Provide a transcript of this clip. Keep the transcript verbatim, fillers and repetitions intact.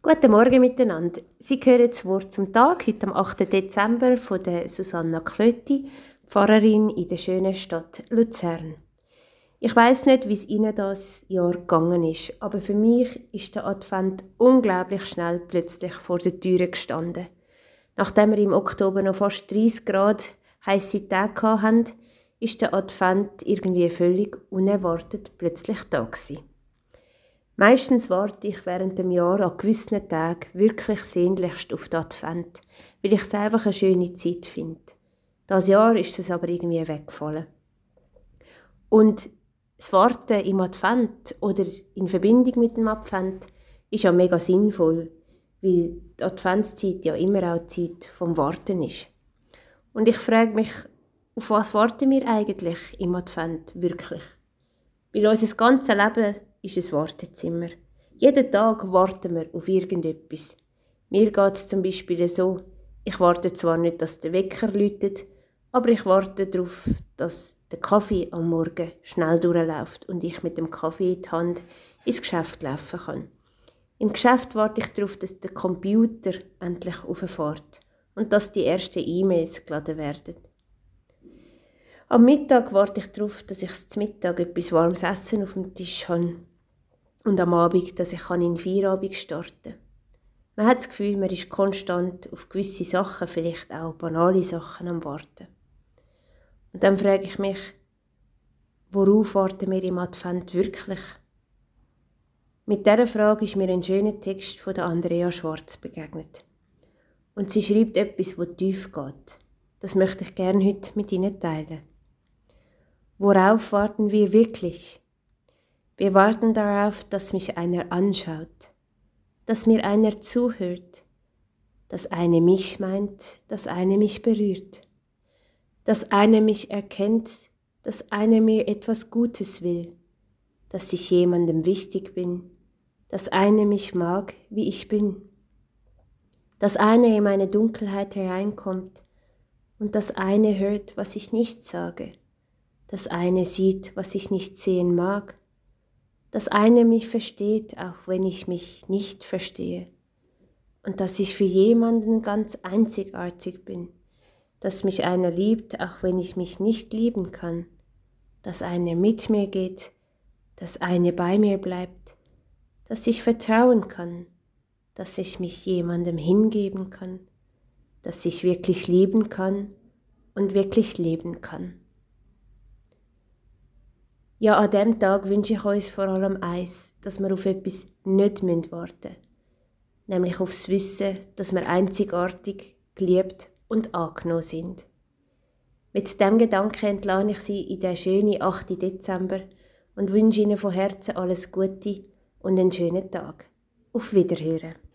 Guten Morgen miteinander. Sie hören das Wort zum Tag, heute am achten Dezember, von der Susanna Klötti, Pfarrerin in der schönen Stadt Luzern. Ich weiss nicht, wie es Ihnen das Jahr gegangen ist, aber für mich ist der Advent unglaublich schnell plötzlich vor der Tür gestanden. Nachdem wir im Oktober noch fast dreißig Grad heisse Tage hatten, ist der Advent irgendwie völlig unerwartet plötzlich da gewesen. Meistens warte ich während dem Jahr an gewissen Tagen wirklich sehnlichst auf den Advent, weil ich es einfach eine schöne Zeit finde. Das Jahr ist es aber irgendwie weggefallen. Und das Warten im Advent oder in Verbindung mit dem Advent ist ja mega sinnvoll, weil die Adventszeit ja immer auch die Zeit vom Warten ist. Und ich frage mich, auf was warten wir eigentlich im Advent wirklich? Weil unser ganzes Leben ist ein Wartezimmer. Jeden Tag warten wir auf irgendetwas. Mir geht es zum Beispiel so, ich warte zwar nicht, dass der Wecker läutet, aber ich warte darauf, dass der Kaffee am Morgen schnell durchläuft und ich mit dem Kaffee in die Hand ins Geschäft laufen kann. Im Geschäft warte ich darauf, dass der Computer endlich rauffährt und dass die ersten E-Mails geladen werden. Am Mittag warte ich darauf, dass ich zum Mittag etwas warmes Essen auf dem Tisch habe. Und am Abend, dass ich in den Feierabend starten kann. Man hat das Gefühl, man ist konstant auf gewisse Sachen, vielleicht auch banale Sachen am Warten. Und dann frage ich mich, worauf warten wir im Advent wirklich? Mit dieser Frage ist mir ein schöner Text von der Andrea Schwarz begegnet. Und sie schreibt etwas, das tief geht. Das möchte ich gerne heute mit Ihnen teilen. Worauf warten wir wirklich? Wir warten darauf, dass mich einer anschaut, dass mir einer zuhört, dass eine mich meint, dass eine mich berührt, dass eine mich erkennt, dass eine mir etwas Gutes will, dass ich jemandem wichtig bin, dass eine mich mag, wie ich bin, dass eine in meine Dunkelheit hereinkommt und dass eine hört, was ich nicht sage, dass eine sieht, was ich nicht sehen mag, dass eine mich versteht, auch wenn ich mich nicht verstehe. Und dass ich für jemanden ganz einzigartig bin. Dass mich einer liebt, auch wenn ich mich nicht lieben kann. Dass einer mit mir geht, dass eine bei mir bleibt. Dass ich vertrauen kann. Dass ich mich jemandem hingeben kann. Dass ich wirklich lieben kann und wirklich leben kann. Ja, an diesem Tag wünsche ich uns vor allem eins, dass wir auf etwas nicht warten müssen. Nämlich aufs Wissen, dass wir einzigartig, geliebt und angenommen sind. Mit diesem Gedanken entlasse ich Sie in den schönen achten Dezember und wünsche Ihnen von Herzen alles Gute und einen schönen Tag. Auf Wiederhören.